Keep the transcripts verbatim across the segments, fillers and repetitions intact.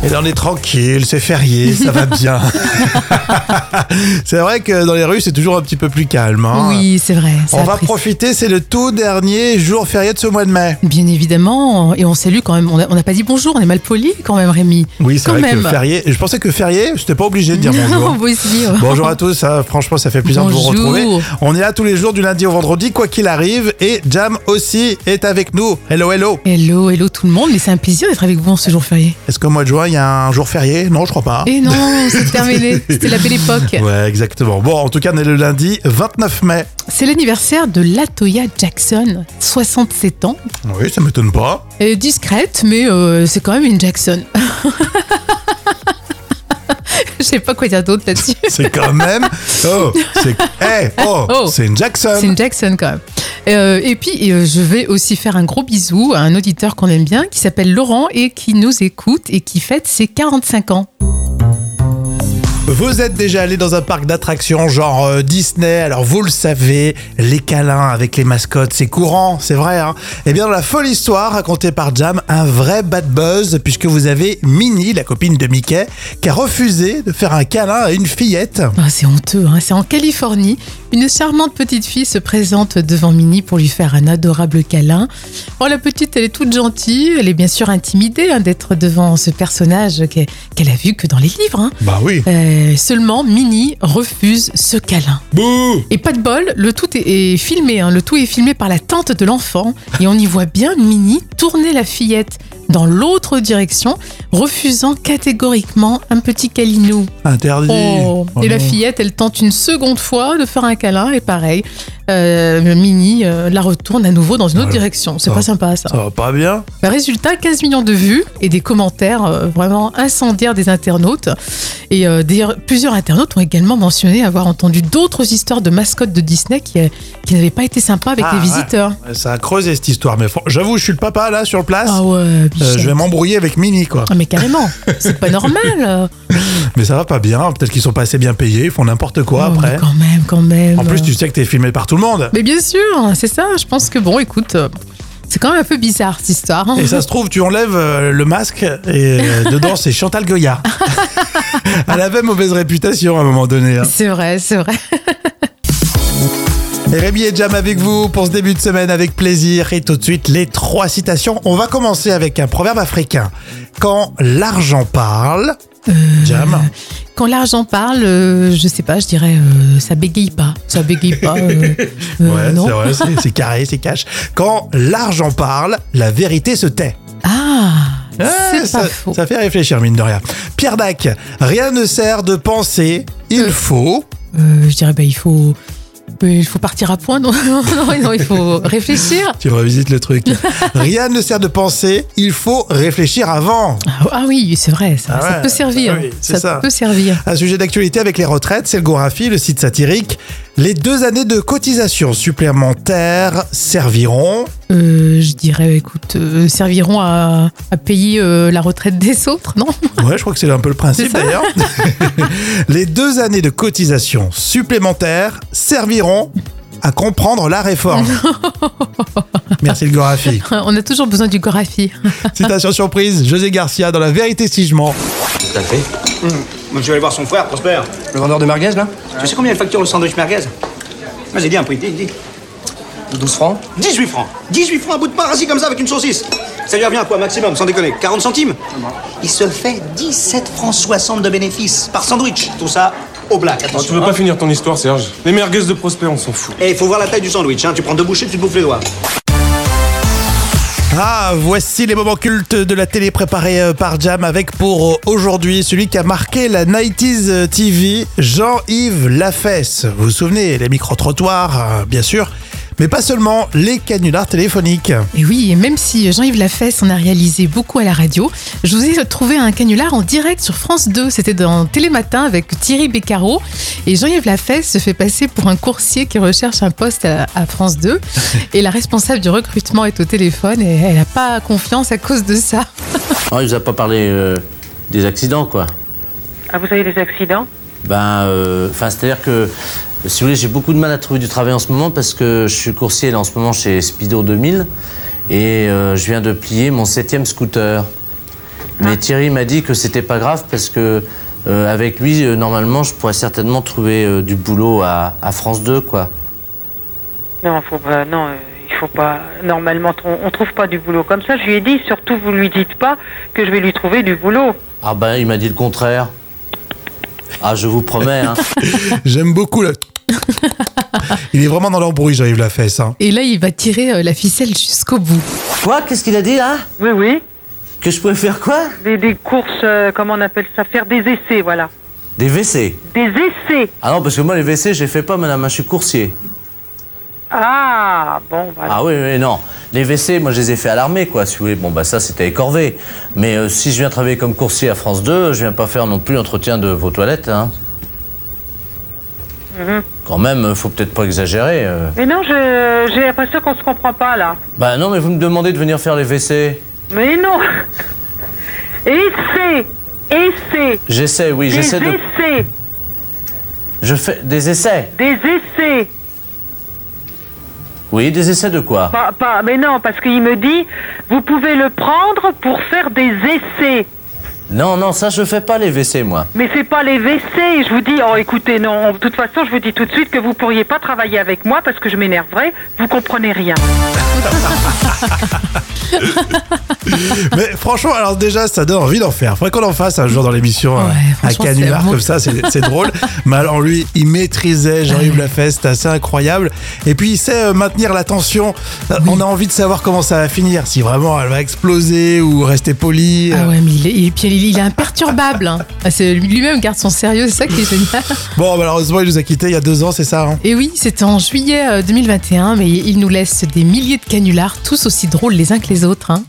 Et là, on est tranquille, c'est férié, ça va bien. C'est vrai que dans les rues, c'est toujours un petit peu plus calme. Hein. Oui, c'est vrai. On va profiter, c'est le tout dernier jour férié de ce mois de mai. Bien évidemment, et on salue quand même. On n'a pas dit bonjour, on est mal poli quand même, Rémi. Oui, c'est quand vrai même. que férié. Je pensais que férié, je n'étais pas obligé de dire bonjour. Non, vous aussi. Bonjour à tous, hein, franchement, ça fait plaisir bonjour. de vous retrouver. On est là tous les jours du lundi au vendredi, quoi qu'il arrive. Et Jam aussi est avec nous. Hello, hello. Hello, hello tout le monde. Mais c'est un plaisir d'être avec vous en ce jour férié. Est-ce qu'au mois de juin, il y a un jour férié? Non, je crois pas. Et non, c'est terminé. C'était la belle époque. Ouais, exactement. Bon, en tout cas, on est le lundi vingt-neuf mai. C'est l'anniversaire de Latoya Jackson, soixante-sept ans. Oui, ça m'étonne pas. Elle est discrète, mais euh, c'est quand même une Jackson. Je sais pas quoi dire d'autre là-dessus. C'est quand même... Oh, c'est... Hey, oh, oh, c'est une Jackson. C'est une Jackson quand même. Euh, et puis, euh, je vais aussi faire un gros bisou à un auditeur qu'on aime bien, qui s'appelle Laurent et qui nous écoute et qui fête ses quarante-cinq ans. Vous êtes déjà allé dans un parc d'attractions genre euh, Disney, alors vous le savez, les câlins avec les mascottes, c'est courant, c'est vrai. Hein. Et bien dans la folle histoire racontée par Jam, un vrai bad buzz, puisque vous avez Minnie, la copine de Mickey, qui a refusé de faire un câlin à une fillette. Oh, c'est honteux, hein. C'est en Californie. Une charmante petite fille se présente devant Minnie pour lui faire un adorable câlin. Oh, la petite, elle est toute gentille, elle est bien sûr intimidée hein, d'être devant ce personnage qu'elle, qu'elle a vu que dans les livres. Hein. Bah oui. Euh, seulement, Minnie refuse ce câlin. Bouh. Et pas de bol, le tout est, est filmé. Hein. Le tout est filmé par la tante de l'enfant. Et on y voit bien Minnie tourner la fillette dans l'autre direction, refusant catégoriquement un petit câlinou. Interdit. Oh. Oh et non. la fillette, elle tente une seconde fois de faire un câlin et pareil, euh, Minnie euh, la retourne à nouveau dans une autre Voilà. direction. C'est Ça pas va. sympa ça. Ça va pas bien. Bah, résultat, quinze millions de vues et des commentaires euh, vraiment incendiaires des internautes. Et euh, d'ailleurs, plusieurs internautes ont également mentionné avoir entendu d'autres histoires de mascottes de Disney qui, euh, qui n'avaient pas été sympas avec Ah, les ouais. visiteurs. Ça a creusé cette histoire, mais fran- j'avoue, je suis le papa là sur place. Ah ouais, Euh, Bichette. je vais m'embrouiller avec Minnie quoi. Ah mais carrément, c'est pas normal. Mais ça va pas bien, peut-être qu'ils sont pas assez bien payés, ils font n'importe quoi Oh, mais après. quand même, quand même. En plus, tu sais que t'es filmé par tout le monde. Mais bien sûr, c'est ça. Je pense que bon, écoute, euh, c'est quand même un peu bizarre cette histoire. hein. Et ça se trouve, tu enlèves euh, le masque et euh, dedans, c'est Chantal Goya. Elle avait mauvaise réputation à un moment donné. Hein. C'est vrai, c'est vrai. Et Rémi et Jam avec vous pour ce début de semaine avec plaisir. Et tout de suite, les trois citations. On va commencer avec un proverbe africain. Quand l'argent parle... Jam. Quand l'argent parle, euh, je sais pas, je dirais, euh, ça bégaye pas. Ça bégaye pas. euh, euh, Ouais, non. c'est vrai, c'est, c'est carré, c'est cash. Quand l'argent parle, la vérité se tait. Ah, Ah, c'est ça, pas faux. ça fait réfléchir, mine de rien. Pierre Dac, rien ne sert de penser, il Euh. faut... Euh, je dirais, bah, il faut, euh, il faut partir à point. Non, non, non, il faut réfléchir. Tu revisites le truc. Rien ne sert de penser, il faut réfléchir avant. Ah, ah oui, c'est vrai, ça, Ah ça ouais, peut servir. ah oui, c'est ça, ça. peut servir. Un sujet d'actualité avec les retraites, c'est le Gorafi, le site satirique. Les deux années de cotisation supplémentaires serviront... Euh, je dirais, écoute, euh, serviront à, à payer euh, la retraite des autres, non? Ouais, je crois que c'est un peu le principe C'est ça. d'ailleurs. Les deux années de cotisation supplémentaires serviront à comprendre la réforme. Merci le Gorafi. On a toujours besoin du Gorafi. Citation surprise, José Garcia dans La Vérité si je mens. Tout à fait. Moi, je vais aller voir son frère, Prosper. Le vendeur de merguez, là Tu sais combien il facture le sandwich merguez? Vas-y, dis un prix, dis, dis. douze francs. dix-huit francs. dix-huit francs, un bout de pain rassis comme ça avec une saucisse. Ça lui revient à quoi, maximum, sans déconner? quarante centimes? Il se fait dix-sept francs soixante de bénéfices par sandwich. Tout ça au black, Oh, tu attention. veux hein. pas finir ton histoire, Serge? Les merguez de Prosper, on s'en fout. Et il faut voir la taille du sandwich, hein. Tu prends deux bouchées, tu te bouffes les doigts. Ah, voici les moments cultes de la télé préparés euh, par Jam avec pour euh, aujourd'hui celui qui a marqué la quatre-vingt-dix T V, Jean-Yves Lafesse. Vous vous souvenez, les micro-trottoirs, euh, bien sûr, mais pas seulement, les canulars téléphoniques. Et oui, et même si Jean-Yves Lafesse en a réalisé beaucoup à la radio, je vous ai trouvé un canular en direct sur France deux. C'était dans Télématin avec Thierry Beccaro. Et Jean-Yves Lafesse se fait passer pour un coursier qui recherche un poste à, à France deux. Et la responsable du recrutement est au téléphone et elle n'a pas confiance à cause de ça. Oh, il vous a pas parlé euh, des accidents, quoi. Ah, vous avez des accidents? Ben, euh, enfin, c'est-à-dire que, si vous voulez, j'ai beaucoup de mal à trouver du travail en ce moment parce que je suis coursier là en ce moment chez Speedo deux mille et euh, je viens de plier mon septième scooter. Mais Ah. Thierry m'a dit que c'était pas grave parce que euh, avec lui, euh, normalement, je pourrais certainement trouver euh, du boulot à, à France deux, quoi. Non, faut pas, non, euh, il faut pas. Normalement, on, on trouve pas du boulot comme ça. Je lui ai dit, surtout, vous lui dites pas que je vais lui trouver du boulot. Ah ben, il m'a dit le contraire. Ah, je vous promets, hein. J'aime beaucoup le... Il est vraiment dans l'embrouille, Jean-Yves Lafesse. Hein. Et là, il va tirer euh, la ficelle jusqu'au bout. Quoi? Qu'est-ce qu'il a dit, là? Oui, oui. Que je pouvais faire quoi? Des, des courses, euh, comment on appelle ça? Faire des essais, voilà. Des W C. Des essais. Ah non, parce que moi, les W C, je les fais pas, madame, je suis coursier. Ah, bon, voilà. Ah oui, oui, non. Les W C, moi, je les ai fait à l'armée, quoi, si vous voulez. Bon, bah ça, c'était corvée. Mais euh, si je viens travailler comme coursier à France deux, je viens pas faire non plus l'entretien de vos toilettes, hein. Mhm. Quand même, faut peut-être pas exagérer. euh. Mais non, je, j'ai l'impression qu'on se comprend pas, là. Bah non, mais vous me demandez de venir faire les W C. Mais non. Essais. Essais. J'essaie, oui, Des j'essaie de... essais. Je fais des essais. Des essais. Oui, des essais de quoi? Pas, pas, mais non, parce qu'il me dit, vous pouvez le prendre pour faire des essais. Non, non, ça, je fais pas les W C, moi. Mais c'est pas les W C. Je vous dis, oh écoutez, non, de toute façon, je vous dis tout de suite que vous pourriez pas travailler avec moi parce que je m'énerverais. Vous comprenez rien. Mais franchement, alors déjà, ça donne envie d'en faire. Faudrait qu'on en fasse un jour dans l'émission, Ouais, euh, un franchement, canular c'est bon. comme ça, c'est, c'est drôle. Mais alors lui, il maîtrisait Jean-Yves Lafesse, c'est assez incroyable. Et puis il sait euh, maintenir la tension. Euh, On a envie de savoir comment ça va finir, si vraiment elle va exploser ou rester polie. Ah ouais, mais il est, et puis il il est imperturbable. Hein. Ah, c'est, lui-même garde son sérieux, c'est ça qui est génial. Bon, malheureusement, il nous a quittés il y a deux ans, c'est ça hein. Et oui, c'était en juillet euh, deux mille vingt et un, mais il nous laisse des milliers de canulars, tous aussi drôles les uns que les autres. Hein.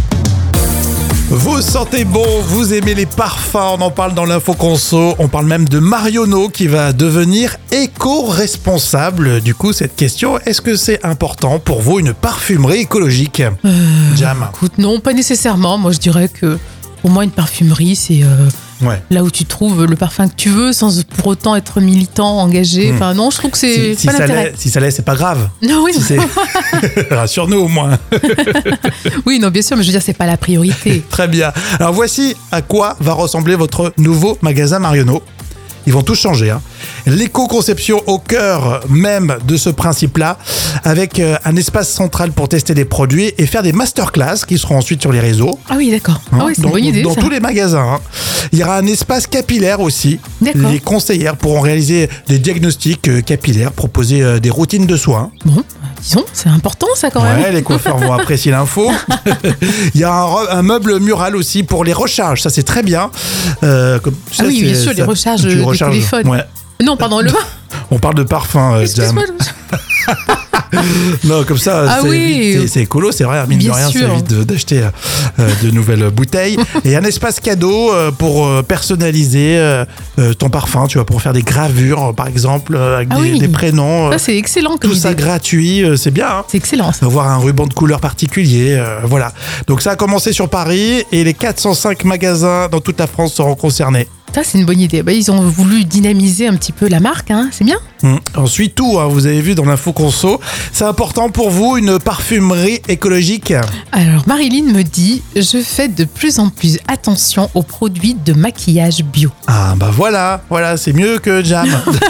Vous sentez bon, vous aimez les parfums, on en parle dans l'info conso, on parle même de Marionneau qui va devenir éco-responsable. Du coup, cette question, est-ce que c'est important pour vous une parfumerie écologique Euh, Jam. Écoute, non, pas nécessairement. Moi, je dirais que pour moi, une parfumerie, c'est euh, Ouais. là où tu trouves le parfum que tu veux sans pour autant être militant, engagé. Hmm. Enfin, non, je trouve que c'est Si, si pas ça l'intérêt. l'est, si ça l'est, c'est pas grave. Non, oui, Si c'est... Rassure-nous au moins. oui, non, bien sûr, mais je veux dire, c'est pas la priorité. Très bien. Alors voici à quoi va ressembler votre nouveau magasin Marionneau. Ils vont tout changer. Hein. L'éco-conception au cœur même de ce principe-là, avec euh, un espace central pour tester des produits et faire des masterclass qui seront ensuite sur les réseaux. Ah oui, d'accord. Hein, Ah oui, c'est dans, une bonne idée. dans ça. tous les magasins. Hein. Il y aura un espace capillaire aussi. D'accord. Les conseillères pourront réaliser des diagnostics euh, capillaires, proposer euh, des routines de soins. Bon, disons, c'est important ça quand Ouais, même. les coiffeurs vont apprécier l'info. Il y a un, re- un meuble mural aussi pour les recharges, ça c'est très bien. Euh, comme, tu Ah sais, oui, c'est- bien sûr, les ça- recharges tu des recharges- téléphones. Ouais. Non, pardon, le vin. On parle de parfum, euh, Jam. Excuse-moi. Non, comme ça, Ah c'est, oui. c'est, c'est écolo, c'est vrai, mine Bien de rien, sûr. ça évite de- d'acheter euh, de nouvelles bouteilles. Et un espace cadeau euh, pour euh, personnaliser euh, euh, ton parfum, tu vois, pour faire des gravures, par exemple, euh, avec Ah des, oui. des prénoms. euh, Ça, c'est excellent comme tout ça idée. gratuit, euh, c'est bien, hein. C'est excellent ça. Avoir un ruban de couleur particulier, euh, voilà. Donc ça a commencé sur Paris et les quatre cent cinq magasins dans toute la France seront concernés. Ça, c'est une bonne idée. Bah, ils ont voulu dynamiser un petit peu la marque, hein. C'est bien. Hum. Ensuite, tout, hein, vous avez vu dans l'info conso, c'est important pour vous une parfumerie écologique. Alors, Marilyn me dit, je fais de plus en plus attention aux produits de maquillage bio. Ah bah voilà, voilà, c'est mieux que Jam.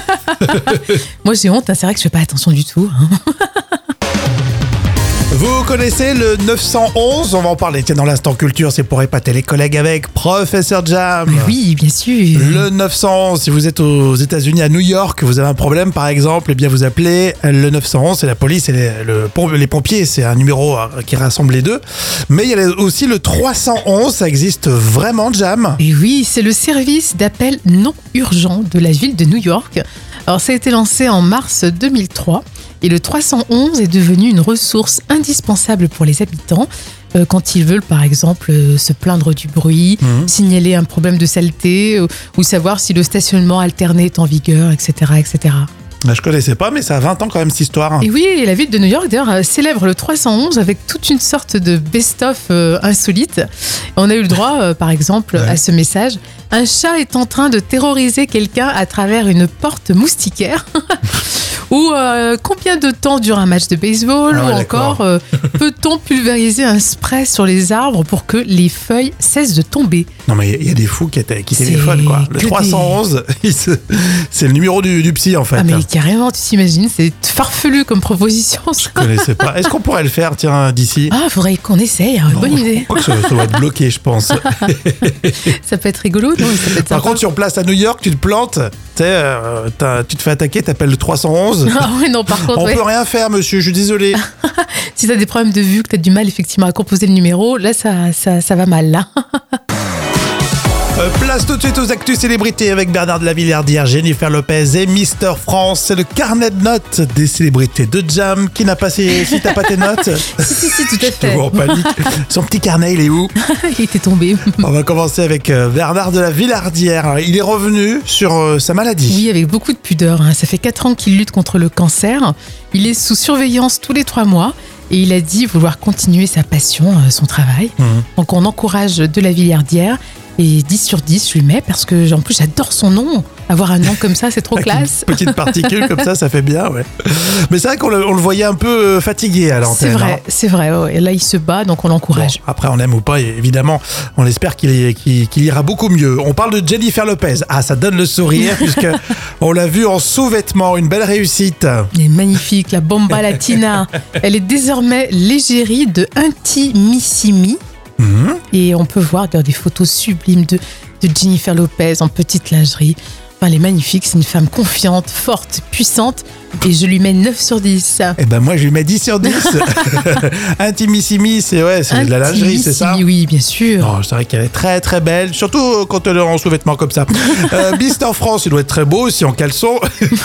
Moi, j'ai honte, hein. C'est vrai que je fais pas attention du tout. Hein. Vous connaissez le neuf cent onze, on va en parler, tiens, dans l'instant culture, c'est pour épater les collègues avec Professeur Jam. Mais oui, bien sûr. Le neuf cent onze, si vous êtes aux États-Unis, à New York, vous avez un problème par exemple, eh bien vous appelez le neuf cent onze, c'est la police et les, le, les pompiers, c'est un numéro euh, qui rassemble les deux. Mais il y a aussi le trois cent onze, ça existe vraiment, Jam. Et oui, c'est le service d'appel non urgent de la ville de New York. Alors, ça a été lancé en mars deux mille trois et le trois cent onze est devenu une ressource indispensable pour les habitants euh, quand ils veulent, par exemple, euh, se plaindre du bruit, Mhm. signaler un problème de saleté euh, ou savoir si le stationnement alterné est en vigueur, et cetera, et cetera. Bah, je connaissais pas, mais ça a vingt ans quand même cette histoire. Et oui, et la ville de New York, d'ailleurs, euh, célèbre le trois cent onze avec toute une sorte de best-of euh, insolite. On a eu le droit, euh, par exemple, Ouais. à ce message. Un chat est en train de terroriser quelqu'un à travers une porte moustiquaire. Ou euh, combien de temps dure un match de baseball? Ah ouais, Ou d'accord. encore, euh, peut-on pulvériser un spray sur les arbres pour que les feuilles cessent de tomber? Non, mais il y a des fous qui, étaient- qui C'est téléphonent, quoi. Le que trois cent onze, il se- c'est le numéro du, du psy, en fait. Ah mais carrément, tu t'imagines, c'est farfelu comme proposition. Ça. Je connaissais pas. Est-ce qu'on pourrait le faire, tiens, d'ici? Ah, faudrait qu'on essaye, hein, Non, bonne je idée. crois que ça, ça va être bloqué, je pense. Ça peut être rigolo, non? Ça peut être Par sympa. contre, sur place à New York, tu te plantes, tu sais, euh, t'as- tu te fais attaquer, t'appelles le trois cent onze. Ah ouais, non, par contre, On ouais. peut rien faire, monsieur, je suis désolé. Si t'as des problèmes de vue, que t'as du mal effectivement à composer le numéro, là, ça, ça, ça va mal, là. Euh, place tout de suite aux actus célébrités avec Bernard de la Villardière, Jennifer Lopez et Mister France. C'est le carnet de notes des célébrités de Jam. Qui n'a pas ses... Si t'as pas tes notes, Si, si, si, tout à fait. toujours en panique. Son petit carnet, il est où? Il était tombé. On va commencer avec euh, Bernard de la Villardière. Il est revenu sur euh, sa maladie. Oui, avec beaucoup de pudeur. hein. Ça fait quatre ans qu'il lutte contre le cancer. Il est sous surveillance tous les trois mois. Et il a dit vouloir continuer sa passion, euh, son travail. Mhm. Donc on encourage de la Villardière. Et dix sur dix, je lui mets parce que en plus j'adore son nom. Avoir un nom comme ça, c'est trop Avec classe. une petite particule comme ça, ça fait bien, ouais. Mais c'est vrai qu'on le, on le voyait un peu euh, fatigué à l'antenne. C'est vrai, hein. c'est vrai. ouais. Et là, il se bat, donc on l'encourage. Bon, après, on aime ou pas, évidemment, on espère qu'il est- qu'il- qu'il ira beaucoup mieux. On parle de Jennifer Lopez. Ah, ça donne le sourire, puisque on l'a vu en sous-vêtements, une belle réussite. Elle est magnifique, la bomba latina. Elle est désormais l'égérie de Intimissimi. Mhm. Et on peut voir dans des photos sublimes de, de Jennifer Lopez en petite lingerie. Enfin, elle est magnifique, c'est une femme confiante, forte, puissante. Et je lui mets neuf sur dix. Eh ben moi, je lui mets dix sur dix. Intimissimi, c'est ouais, c'est de la lingerie, c'est ça? Intimissimi, oui, bien sûr. Non, c'est vrai qu'elle est très très belle, surtout euh, quand elle est en sous-vêtements comme ça. Euh, Mister France, il doit être très beau aussi en caleçon.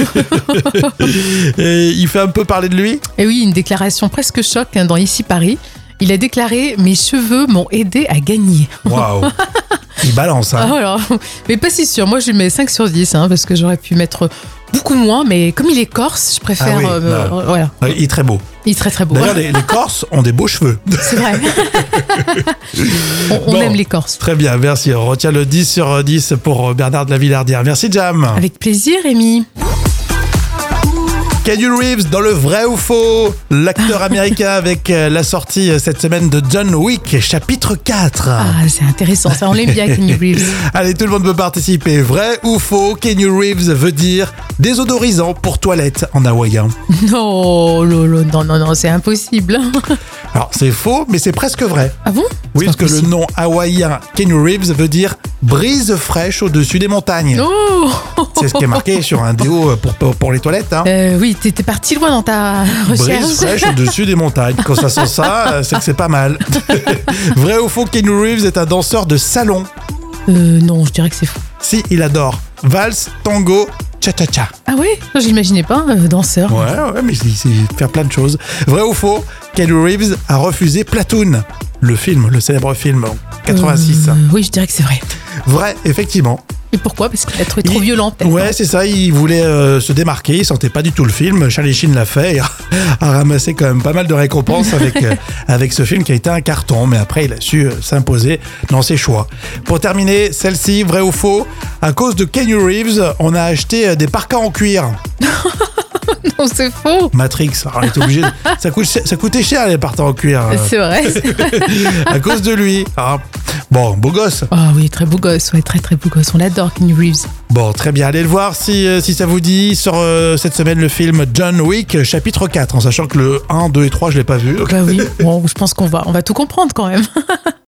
Et il fait un peu parler de lui. Et oui, une déclaration presque choc hein, dans Ici Paris. Il a déclaré « Mes cheveux m'ont aidé à gagner ». Waouh. Il balance, hein. Ah, alors, mais pas si sûr. Moi, je lui mets cinq sur dix, hein, parce que j'aurais pu mettre beaucoup moins. Mais comme il est corse, je préfère. Ah oui, euh, non. euh, voilà. Ouais, il est très beau. Il est très très beau. D'ailleurs, les, les Corses ont des beaux cheveux. C'est vrai. on on Bon. aime les Corses. Très bien, merci. On retient le dix sur dix pour Bernard de la Villardière. Merci, Jam. Avec plaisir, Rémi. Keanu Reeves dans le vrai ou faux, l'acteur américain avec euh, la sortie euh, cette semaine de John Wick, chapitre quatre. Ah, c'est intéressant. Ça, on l'aime bien, Kenny Reeves. Allez, tout le monde peut participer. Vrai ou faux, Keanu Reeves veut dire désodorisant pour toilette en hawaïen. Non, lolo, non, non, non, c'est impossible. Alors, c'est faux, mais c'est presque vrai. Ah bon? Oui, C'est parce pas que le possible. nom hawaïen Keanu Reeves veut dire brise fraîche au-dessus des montagnes. Oh. C'est ce qui est marqué sur un déo pour, pour, pour les toilettes. Hein. Euh, oui, t'es t'es parti loin dans ta recherche. Brise fraîche au-dessus des montagnes. Quand ça sent ça, euh, c'est que c'est pas mal. Vrai ou faux, Keanu Reeves est un danseur de salon. Euh, non, je dirais que c'est faux. Si, il adore valse, tango, cha-cha-cha. Ah ouais? Je l'imaginais pas, euh, danseur. Ouais, ouais, mais il sait faire plein de choses. Vrai ou faux, Keanu Reeves a refusé Platoon, le film, le célèbre film en quatre-vingt-six. Euh, oui, je dirais que c'est vrai. Vrai, effectivement. Et pourquoi? Parce qu'il a trouvé trop Il- violent, peut-être. Ouais, c'est ça, il voulait euh, se démarquer, il sentait pas du tout le film. Charlie Sheen l'a fait et a ramassé quand même pas mal de récompenses avec, euh, avec ce film qui a été un carton, mais après il a su euh, s'imposer dans ses choix. Pour terminer, celle-ci, vrai ou faux, à cause de Keanu Reeves, on a acheté euh, des parkas en cuir. Non, c'est faux. Matrix, alors on est obligé. de- Ça, coûte, ça coûtait cher les parkas en cuir. euh, C'est vrai. à cause de lui. Ah. Bon, beau gosse. Ah oui, très beau gosse, ouais, très très beau gosse. On l'adore, Kenny Reeves. Bon, très bien. Allez le voir si, euh, si ça vous dit. Sur euh, cette semaine, le film John Wick, chapitre quatre, en sachant que le un, deux et trois, je l'ai pas vu. Bah oui, bon, je pense qu'on va, on va tout comprendre quand même.